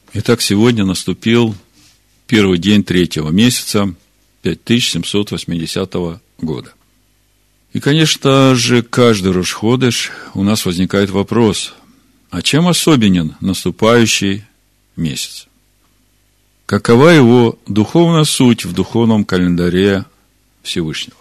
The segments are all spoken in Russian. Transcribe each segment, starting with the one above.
Итак, сегодня наступил первый день третьего месяца 5780 года. И, конечно же, каждый Рош ходеш у нас возникает вопрос, а чем особенен наступающий месяц? Какова его духовная суть в духовном календаре Всевышнего?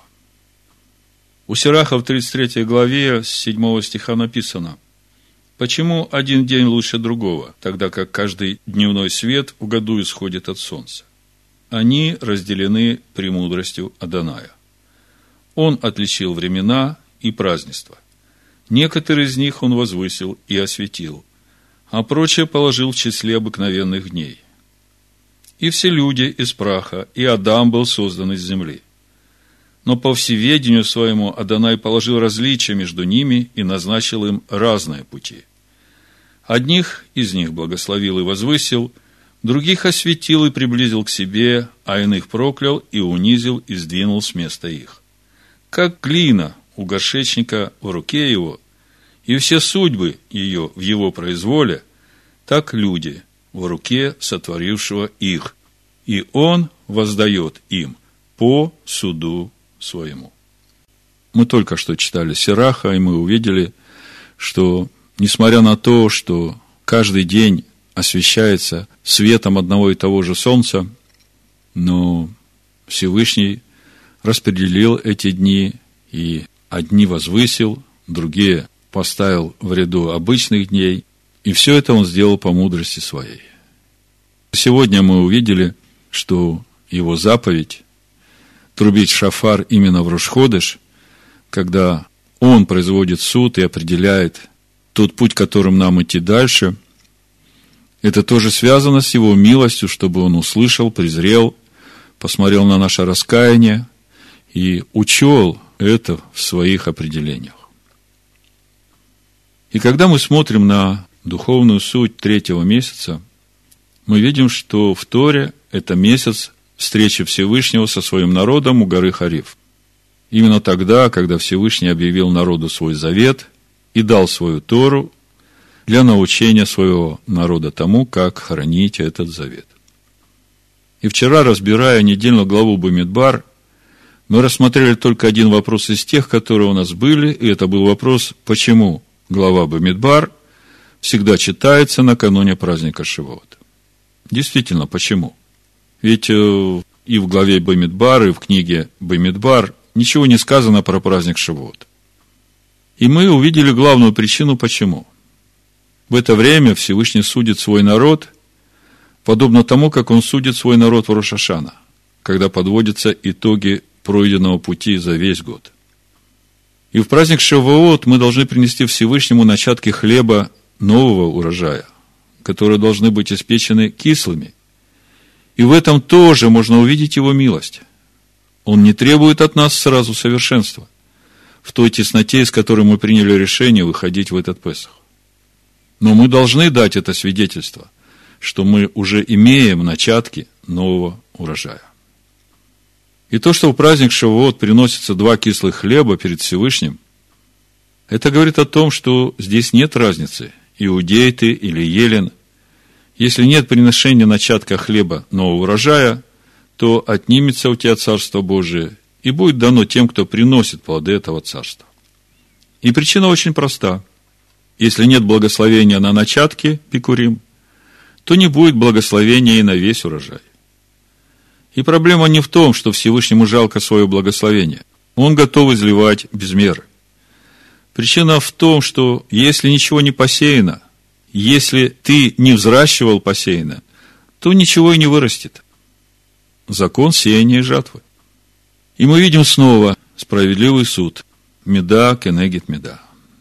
У Сираха в 33 главе с 7 стиха написано: «Почему один день лучше другого, тогда как каждый дневной свет в году исходит от солнца? Они разделены премудростью Адоная. Он отличил времена и празднества. Некоторые из них он возвысил и осветил, а прочее положил в числе обыкновенных дней. И все люди из праха, и Адам был создан из земли. Но по всеведению своему Адонай положил различия между ними и назначил им разные пути. Одних из них благословил и возвысил, других осветил и приблизил к себе, а иных проклял и унизил и сдвинул с места их. Как глина у горшечника в руке его, и все судьбы ее в его произволе, так люди в руке сотворившего их, и он воздает им по суду своему». Мы только что читали Сираха, и мы увидели, что, несмотря на то, что каждый день освещается светом одного и того же солнца, но Всевышний распределил эти дни, и одни возвысил, другие поставил в ряду обычных дней, и все это он сделал по мудрости своей. Сегодня мы увидели, что его заповедь трубить шафар именно в Рош ходеш, когда он производит суд и определяет тот путь, которым нам идти дальше, это тоже связано с его милостью, чтобы он услышал, презрел, посмотрел на наше раскаяние и учел это в своих определениях. И когда мы смотрим на духовную суть третьего месяца, мы видим, что в Торе это месяц встречи Всевышнего со своим народом у горы Хорев. Именно тогда, когда Всевышний объявил народу свой завет и дал свою Тору для научения своего народа тому, как хранить этот завет. И вчера, разбирая недельную главу Бамидбар, мы рассмотрели только один вопрос из тех, которые у нас были, и это был вопрос, почему глава Бамидбар всегда читается накануне праздника Шивот. Действительно, почему? Ведь и в главе Бамидбар, и в книге Бамидбар ничего не сказано про праздник Шивот. И мы увидели главную причину, почему. В это время Всевышний судит свой народ, подобно тому, как он судит свой народ в Рош ха-Шана, когда подводятся итоги пройденного пути за весь год. И в праздник Шавуот мы должны принести Всевышнему начатки хлеба нового урожая, которые должны быть испечены кислыми. И в этом тоже можно увидеть его милость. Он не требует от нас сразу совершенства, в той тесноте, с которой мы приняли решение выходить в этот Песах. Но мы должны дать это свидетельство, что мы уже имеем начатки нового урожая. И то, что в праздник Шавуот приносится 2 кислых хлеба перед Всевышним, это говорит о том, что здесь нет разницы, иудей ты или елен. Если нет приношения начатка хлеба нового урожая, то отнимется у тебя Царство Божие и будет дано тем, кто приносит плоды этого Царства. И причина очень проста. Если нет благословения на начатке Бикурим, то не будет благословения и на весь урожай. И проблема не в том, что Всевышнему жалко свое благословение. Он готов изливать без меры. Причина в том, что если ничего не посеяно, если ты не взращивал посеяно, то ничего и не вырастет. Закон сеяния и жатвы. И мы видим снова справедливый суд. Меда кенегет меда.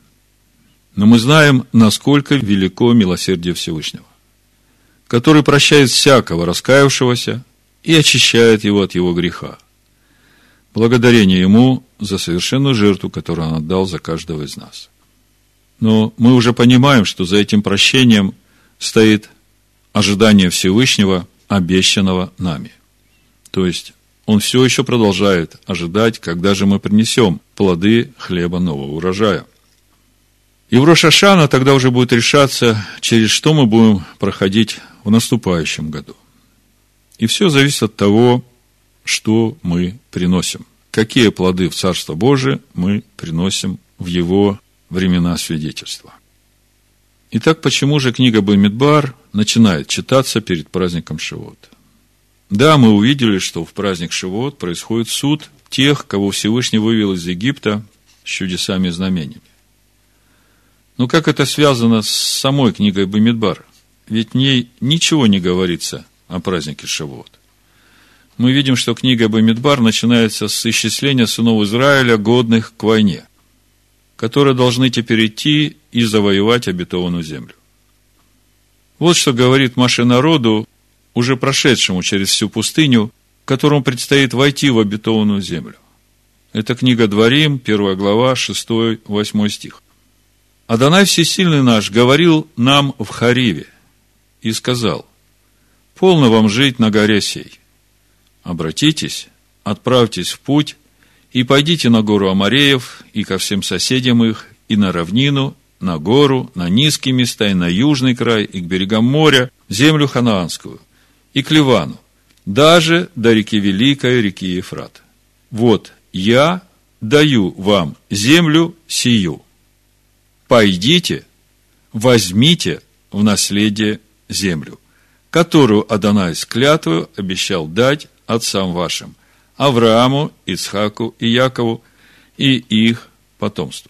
Но мы знаем, насколько велико милосердие Всевышнего, который прощает всякого раскаявшегося и очищает его от его греха. Благодарение ему за совершенную жертву, которую он отдал за каждого из нас. Но мы уже понимаем, что за этим прощением стоит ожидание Всевышнего, обещанного нами. То есть, он все еще продолжает ожидать, когда же мы принесем плоды хлеба нового урожая. И в Рош ха-Шана тогда уже будет решаться, через что мы будем проходить в наступающем году. И все зависит от того, что мы приносим. Какие плоды в Царство Божие мы приносим в его времена свидетельства. Итак, почему же книга Бамидбар начинает читаться перед праздником Шивот? Да, мы увидели, что в праздник Шивот происходит суд тех, кого Всевышний вывел из Египта с чудесами и знамениями. Но как это связано с самой книгой Бамидбар? Ведь в ней ничего не говорится о празднике Шивот. Мы видим, что книга Бамидбар начинается с исчисления сынов Израиля, годных к войне, которые должны теперь идти и завоевать обетованную землю. Вот что говорит Моше народу, уже прошедшему через всю пустыню, которому предстоит войти в обетованную землю. Это книга Дворим, 1 глава, 6-8 стих. «Адонай Всесильный наш говорил нам в Хариве и сказал: полно вам жить на горе сей. Обратитесь, отправьтесь в путь и пойдите на гору Амореев и ко всем соседям их, и на равнину, на гору, на низкие места, и на южный край, и к берегам моря, землю ханаанскую, и к Ливану, даже до реки Великой, реки Ефрат. Вот я даю вам землю сию. Пойдите, возьмите в наследие землю, которую Адонай с клятвою обещал дать отцам вашим, Аврааму, Ицхаку и Якову, и их потомству».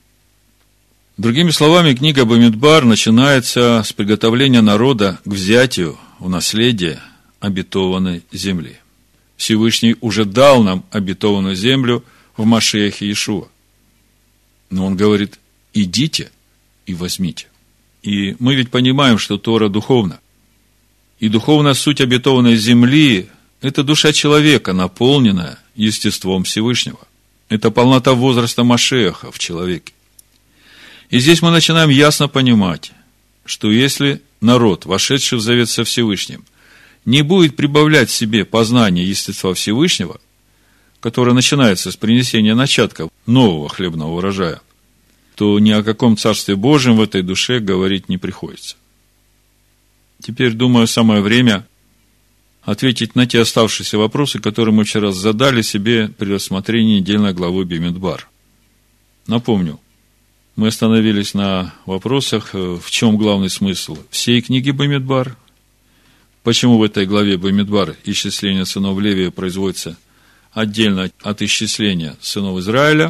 Другими словами, книга Бамидбар начинается с приготовления народа к взятию в наследие обетованной земли. Всевышний уже дал нам обетованную землю в Машиахе Иешуа. Но он говорит: идите и возьмите. И мы ведь понимаем, что Тора духовна. И духовная суть обетованной земли – это душа человека, наполненная естеством Всевышнего. Это полнота возраста Машиаха в человеке. И здесь мы начинаем ясно понимать, что если народ, вошедший в завет со Всевышним, не будет прибавлять себе познание естества Всевышнего, которое начинается с принесения начатков нового хлебного урожая, то ни о каком Царстве Божьем в этой душе говорить не приходится. Теперь, думаю, самое время ответить на те оставшиеся вопросы, которые мы вчера задали себе при рассмотрении недельной главы Бамидбар. Напомню, мы остановились на вопросах, в чем главный смысл всей книги Бамидбар, почему в этой главе Бамидбар исчисление сынов Левия производится отдельно от исчисления сынов Израиля,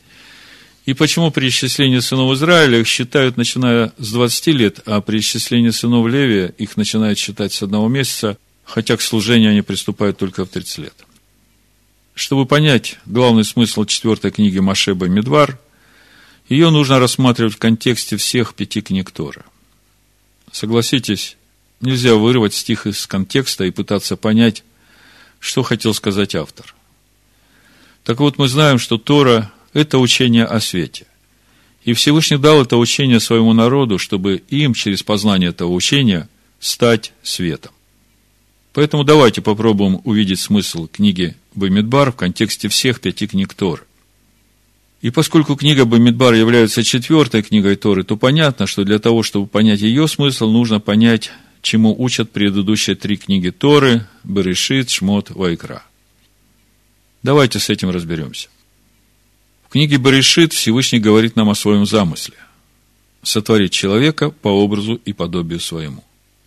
и почему при исчислении сынов Израиля их считают, начиная с 20 лет, а при исчислении сынов Левия их начинают считать с 1 месяца, хотя к служению они приступают только в 30 лет. Чтобы понять главный смысл 4 книги Моше Бамидбар, ее нужно рассматривать в контексте всех 5 книг Торы. Согласитесь, нельзя вырвать стих из контекста и пытаться понять, что хотел сказать автор. Так вот, мы знаем, что Тора – это учение о свете. И Всевышний дал это учение своему народу, чтобы им, через познание этого учения, стать светом. Поэтому давайте попробуем увидеть смысл книги Бамидбар в контексте всех 5 книг Торы. И поскольку книга Бамидбар является 4 книгой Торы, то понятно, что для того, чтобы понять ее смысл, нужно понять, чему учат предыдущие 3 книги Торы – Берешит, Шмот, Вайкра. Давайте с этим разберемся. В книге Берешит Всевышний говорит нам о своем замысле – сотворить человека по образу и подобию своему.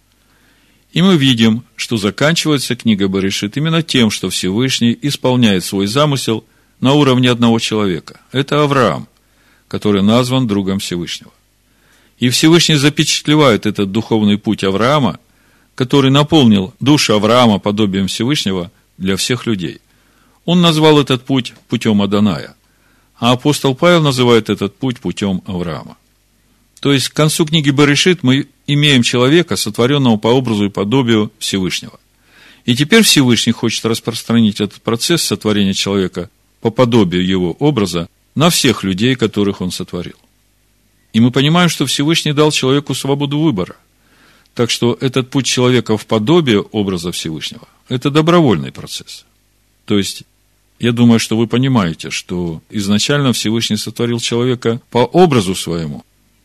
И мы видим, что заканчивается книга Берешит именно тем, что Всевышний исполняет свой замысел на уровне одного человека. Это Авраам, который назван другом Всевышнего. И Всевышний запечатлевает этот духовный путь Авраама, который наполнил душу Авраама подобием Всевышнего для всех людей. Он назвал этот путь путем Адоная, а апостол Павел называет этот путь путем Авраама. То есть, к концу книги Берешит мы имеем человека, сотворенного по образу и подобию Всевышнего. И теперь Всевышний хочет распространить этот процесс сотворения человека по подобию его образа на всех людей, которых он сотворил. И мы понимаем, что Всевышний дал человеку свободу выбора. Так что этот путь человека в подобие образа Всевышнего – это добровольный процесс. То есть, я думаю, что вы понимаете, что изначально Всевышний сотворил человека по образу своему,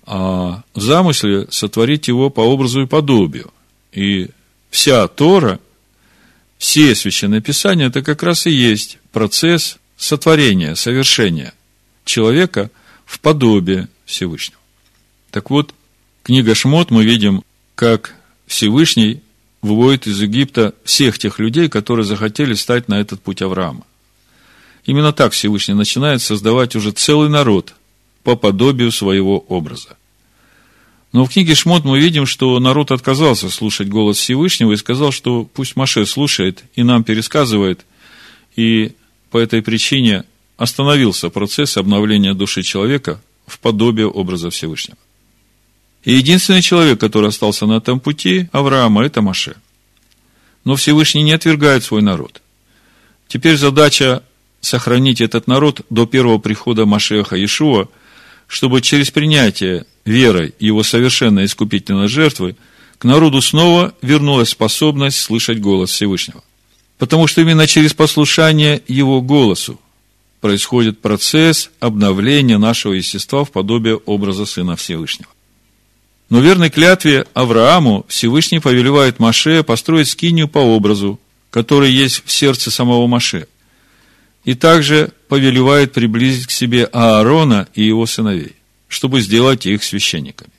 а в замысле сотворить его по образу и подобию. И вся Тора, все Священное Писание, это как раз и есть процесс сотворения, совершения человека в подобие Всевышнего. Так вот, книга Шмот, мы видим, как Всевышний выводит из Египта всех тех людей, которые захотели стать на этот путь Авраама. Именно так Всевышний начинает создавать уже целый народ по подобию своего образа. Но в книге Шмот мы видим, что народ отказался слушать голос Всевышнего и сказал, что пусть Моше слушает и нам пересказывает, и по этой причине остановился процесс обновления души человека в подобие образа Всевышнего. И единственный человек, который остался на этом пути Авраама, это Моше. Но Всевышний не отвергает свой народ. Теперь задача сохранить этот народ до первого прихода Машиаха Иешуа, чтобы через принятие верой его совершенной искупительной жертвы к народу снова вернулась способность слышать голос Всевышнего. Потому что именно через послушание его голосу происходит процесс обновления нашего естества в подобие образа Сына Всевышнего. Но верной клятве Аврааму Всевышний повелевает Моше построить скинию по образу, который есть в сердце самого Моше, и также повелевает приблизить к себе Аарона и его сыновей, чтобы сделать их священниками.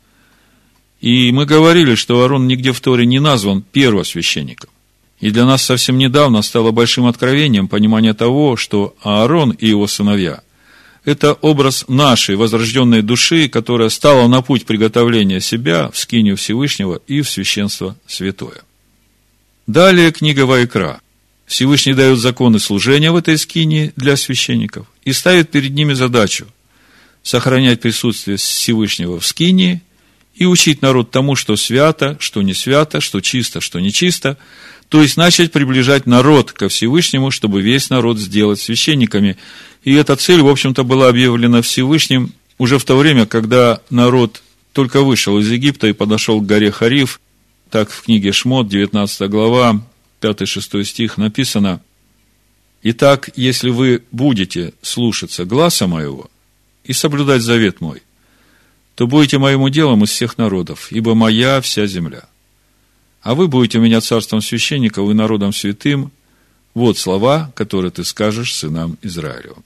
И мы говорили, что Аарон нигде в Торе не назван первосвященником. И для нас совсем недавно стало большим откровением понимание того, что Аарон и его сыновья – это образ нашей возрожденной души, которая стала на путь приготовления себя в скинию Всевышнего и в священство святое. Далее книга Ваикра. Всевышний дает законы служения в этой скинии для священников и ставит перед ними задачу сохранять присутствие Всевышнего в скинии и учить народ тому, что свято, что не свято, что чисто, что нечисто, то есть начать приближать народ ко Всевышнему, чтобы весь народ сделать священниками. И эта цель, в общем-то, была объявлена Всевышним уже в то время, когда народ только вышел из Египта и подошел к горе Хариф. Так в книге Шмот, 19 глава, 5-6 стих написано: «Итак, если вы будете слушаться гласа моего и соблюдать завет мой, то будете моим уделом из всех народов, ибо моя вся земля. А вы будете у меня царством священников и народом святым. Вот слова, которые ты скажешь сынам Израилевым».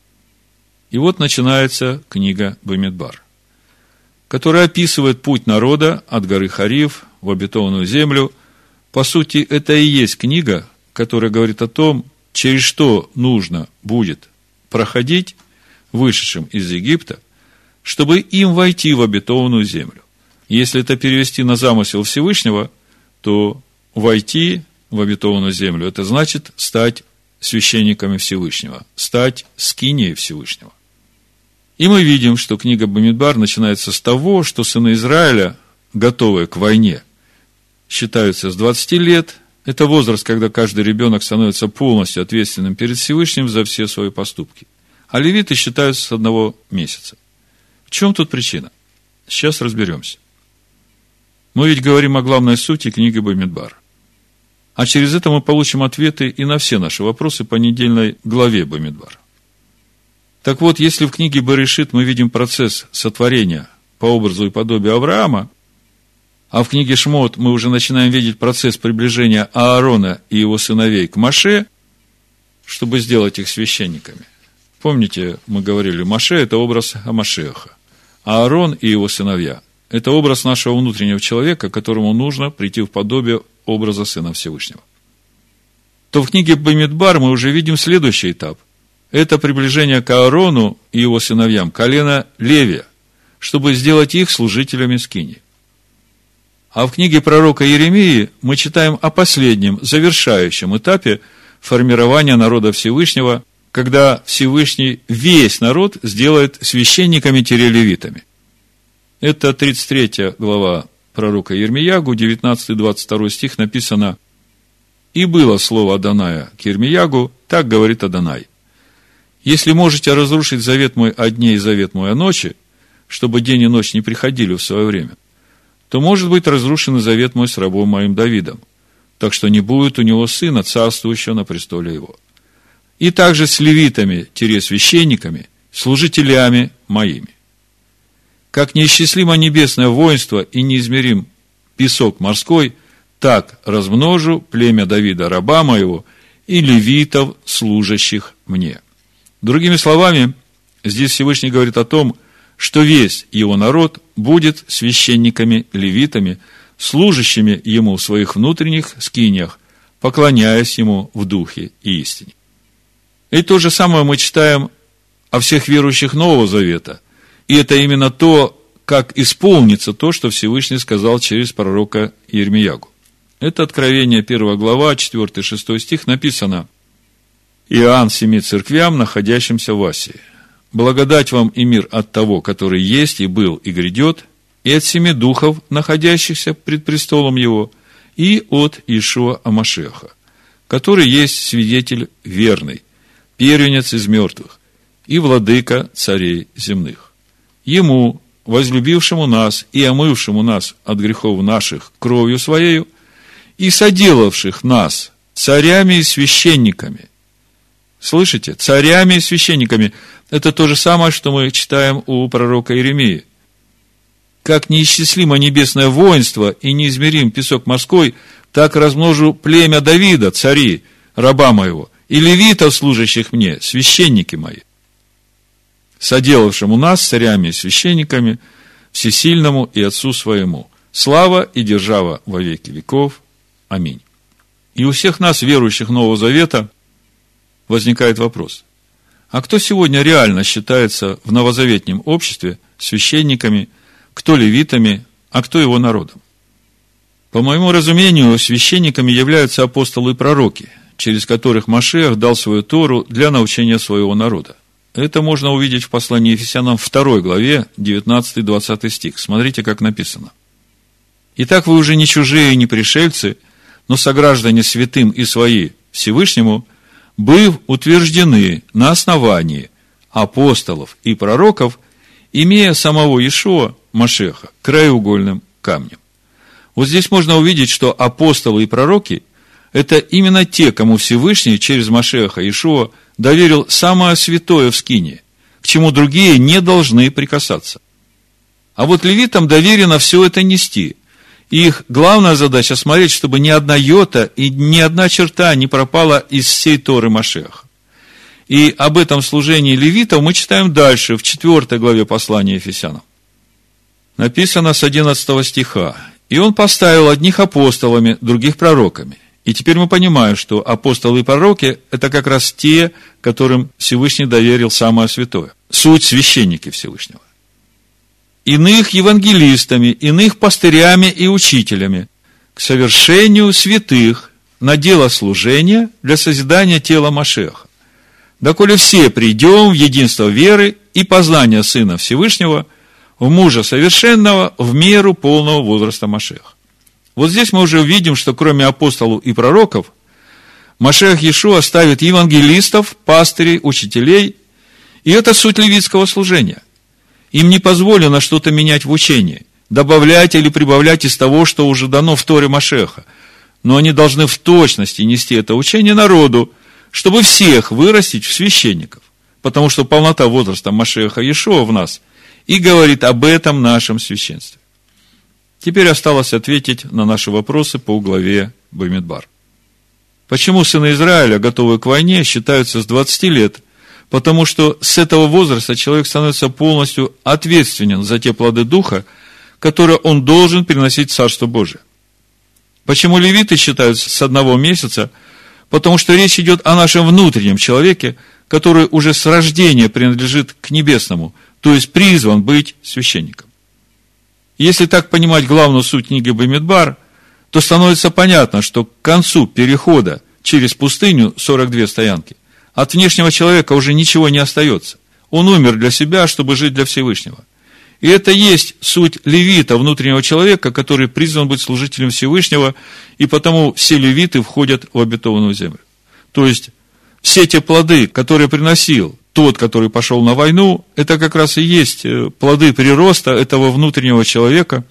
И вот начинается книга Бамидбар, которая описывает путь народа от горы Хариф в обетованную землю. По сути, это и есть книга, которая говорит о том, через что нужно будет проходить вышедшим из Египта, чтобы им войти в обетованную землю. Если это перевести на замысел Всевышнего, то войти в обетованную землю – это значит стать священниками Всевышнего, стать скинией Всевышнего. И мы видим, что книга Бамидбар начинается с того, что сыны Израиля, готовые к войне, считаются с 20 лет. Это возраст, когда каждый ребенок становится полностью ответственным перед Всевышним за все свои поступки. А левиты считаются с 1 месяца. В чем тут причина? Сейчас разберемся. Мы ведь говорим о главной сути книги Бамидбар. А через это мы получим ответы и на все наши вопросы по недельной главе Бамидбар. Так вот, если в книге Берешит мы видим процесс сотворения по образу и подобию Авраама, а в книге Шмот мы уже начинаем видеть процесс приближения Аарона и его сыновей к Моше, чтобы сделать их священниками. Помните, мы говорили, Моше – это образ Машиаха, а Аарон и его сыновья – это образ нашего внутреннего человека, которому нужно прийти в подобие образа Сына Всевышнего. То в книге Бамидбар мы уже видим следующий этап. Это приближение к Аарону и его сыновьям, колена Левия, чтобы сделать их служителями скинии. А в книге пророка Иеремии мы читаем о последнем, завершающем этапе формирования народа Всевышнего, когда Всевышний весь народ сделает священниками-левитами. Это 33 глава пророка Ирмиягу, 19-22 стих написано: «И было слово Адоная к Ирмиягу, так говорит Адонай: если можете разрушить завет мой о дне и завет мой о ночи, чтобы день и ночь не приходили в свое время, то может быть разрушен и завет мой с рабом моим Давидом, так что не будет у него сына, царствующего на престоле его. И также с левитами, священниками, служителями моими». Как неисчислимо небесное воинство и неизмерим песок морской, так размножу племя Давида, раба моего, и левитов, служащих мне». Другими словами, здесь Всевышний говорит о том, что весь его народ будет священниками, левитами, служащими ему в своих внутренних скиниях, поклоняясь ему в духе и истине. И то же самое мы читаем о всех верующих Нового Завета. И это именно то, как исполнится то, что Всевышний сказал через пророка Иеремиягу. Это Откровение, 1 глава, 4-6 стих, написано: «Иоанн 7 церквям, находящимся в Асии. Благодать вам и мир от того, который есть и был и грядет, и от 7 духов, находящихся пред престолом его, и от Иешуа Амашеха, который есть свидетель верный, первенец из мертвых и владыка царей земных. Ему, возлюбившему нас и омывшему нас от грехов наших кровью своею, и соделавших нас царями и священниками». Слышите? Царями и священниками. Это то же самое, что мы читаем у пророка Иеремии. «Как неисчислимо небесное воинство и неизмерим песок морской, так размножу племя Давида, цари, раба моего, и левитов, служащих мне, священники мои, соделавшему нас царями и священниками, всесильному и Отцу своему. Слава и держава во веки веков. Аминь». И у всех нас, верующих Нового Завета, возникает вопрос: а кто сегодня реально считается в новозаветнем обществе священниками, кто левитами, а кто его народом? По моему разумению, священниками являются апостолы и пророки, через которых Машиах дал свою Тору для научения своего народа. Это можно увидеть в послании Ефесянам 2 главе, 19-20 стих. Смотрите, как написано: «Итак, вы уже не чужие и не пришельцы, но сограждане святым и свои Всевышнему, быв утверждены на основании апостолов и пророков, имея самого Иешуа, Машеха, краеугольным камнем». Вот здесь можно увидеть, что апостолы и пророки – это именно те, кому Всевышний через Машеха Иешуа доверил самое святое в скинии, к чему другие не должны прикасаться. А вот левитам доверено все это нести. И их главная задача – смотреть, чтобы ни одна йота и ни одна черта не пропала из всей Торы Машеха. И об этом служении левитов мы читаем дальше, в 4 главе послания Ефесянам. Написано с 11 стиха: «И он поставил одних апостолами, других пророками». И теперь мы понимаем, что апостолы и пророки – это как раз те, которым Всевышний доверил самое святое. Суть священники Всевышнего. «Иных евангелистами, иных пастырями и учителями, к совершению святых на дело служения для созидания тела Машеха, доколе все придем в единство веры и познания Сына Всевышнего, в мужа совершенного, в меру полного возраста Машеха». Вот здесь мы уже увидим, что кроме апостолов и пророков, Машех Иешуа ставит евангелистов, пастырей, учителей, и это суть левитского служения. Им не позволено что-то менять в учении, добавлять или прибавлять из того, что уже дано в Торе Машеха. Но они должны в точности нести это учение народу, чтобы всех вырастить в священников. Потому что полнота возраста Машеха Иешуа в нас и говорит об этом нашем священстве. Теперь осталось ответить на наши вопросы по главе Бамидбар. Почему сыны Израиля, готовые к войне, считаются с 20 лет? Потому что с этого возраста человек становится полностью ответственен за те плоды Духа, которые он должен приносить в Царство Божие. Почему левиты считаются с 1 месяца? Потому что речь идет о нашем внутреннем человеке, который уже с рождения принадлежит к небесному, то есть призван быть священником. Если так понимать главную суть книги Бамидбар, то становится понятно, что к концу перехода через пустыню 42 стоянки от внешнего человека уже ничего не остается. Он умер для себя, чтобы жить для Всевышнего. И это есть суть левита, внутреннего человека, который призван быть служителем Всевышнего, и потому все левиты входят в обетованную землю. То есть, все те плоды, которые приносил тот, который пошел на войну, это как раз и есть плоды прироста этого внутреннего человека.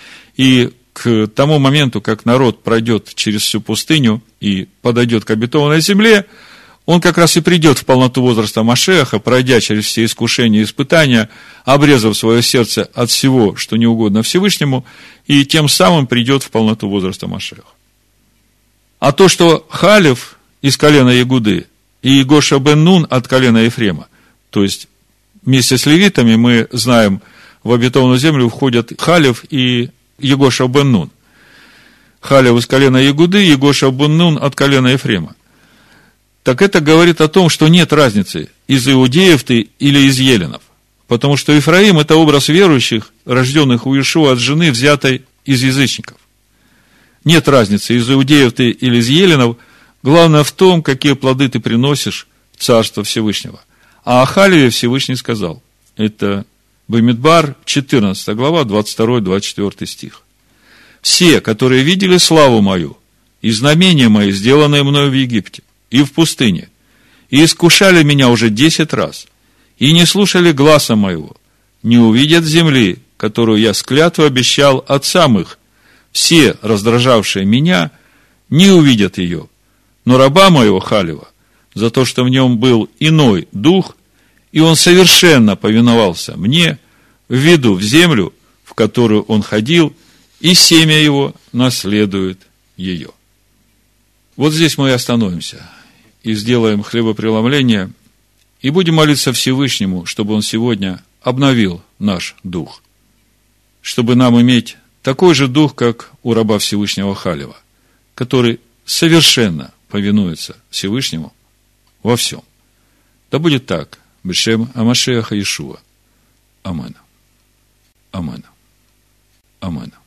И к тому моменту, как народ пройдет через всю пустыню и подойдет к обетованной земле, он как раз и придет в полноту возраста Машиаха, пройдя через все искушения и испытания, обрезав свое сердце от всего, что не угодно Всевышнему, и тем самым придет в полноту возраста Машиаха. А то, что Халев из колена Иуды и Егоша бен Нун от колена Ефрема, то есть вместе с левитами мы знаем, в обетованную землю входят Халев и Егоша бен Нун. Халев из колена Иуды, Егоша бен Нун от колена Ефрема. Так это говорит о том, что нет разницы, из иудеев ты или из еленов. Потому что Ефраим – это образ верующих, рожденных у Иешуа от жены, взятой из язычников. Нет разницы, из иудеев ты или из еленов. Главное в том, какие плоды ты приносишь в Царство Всевышнего. А о Халеве Всевышний сказал. Это Бамидбар, 14 глава, 22-24 стих. Все, которые видели славу мою и знамения мои, сделанные мною в Египте, и в пустыне, и искушали меня уже 10 раз, и не слушали гласа моего, не увидят земли, которую я с клятвой обещал отцам их. Все, раздражавшие меня, не увидят ее, но раба моего Халева, за то, что в нем был иной дух, и он совершенно повиновался мне, введу в землю, в которую он ходил, и семя его наследует ее. Вот здесь мы и остановимся, и сделаем хлебопреломление, и будем молиться Всевышнему, чтобы он сегодня обновил наш дух, чтобы нам иметь такой же дух, как у раба Всевышнего Халева, который совершенно повинуется Всевышнему во всем. Да будет так, бешем Амашиаха Иешуа. Амин. Амин. Амин.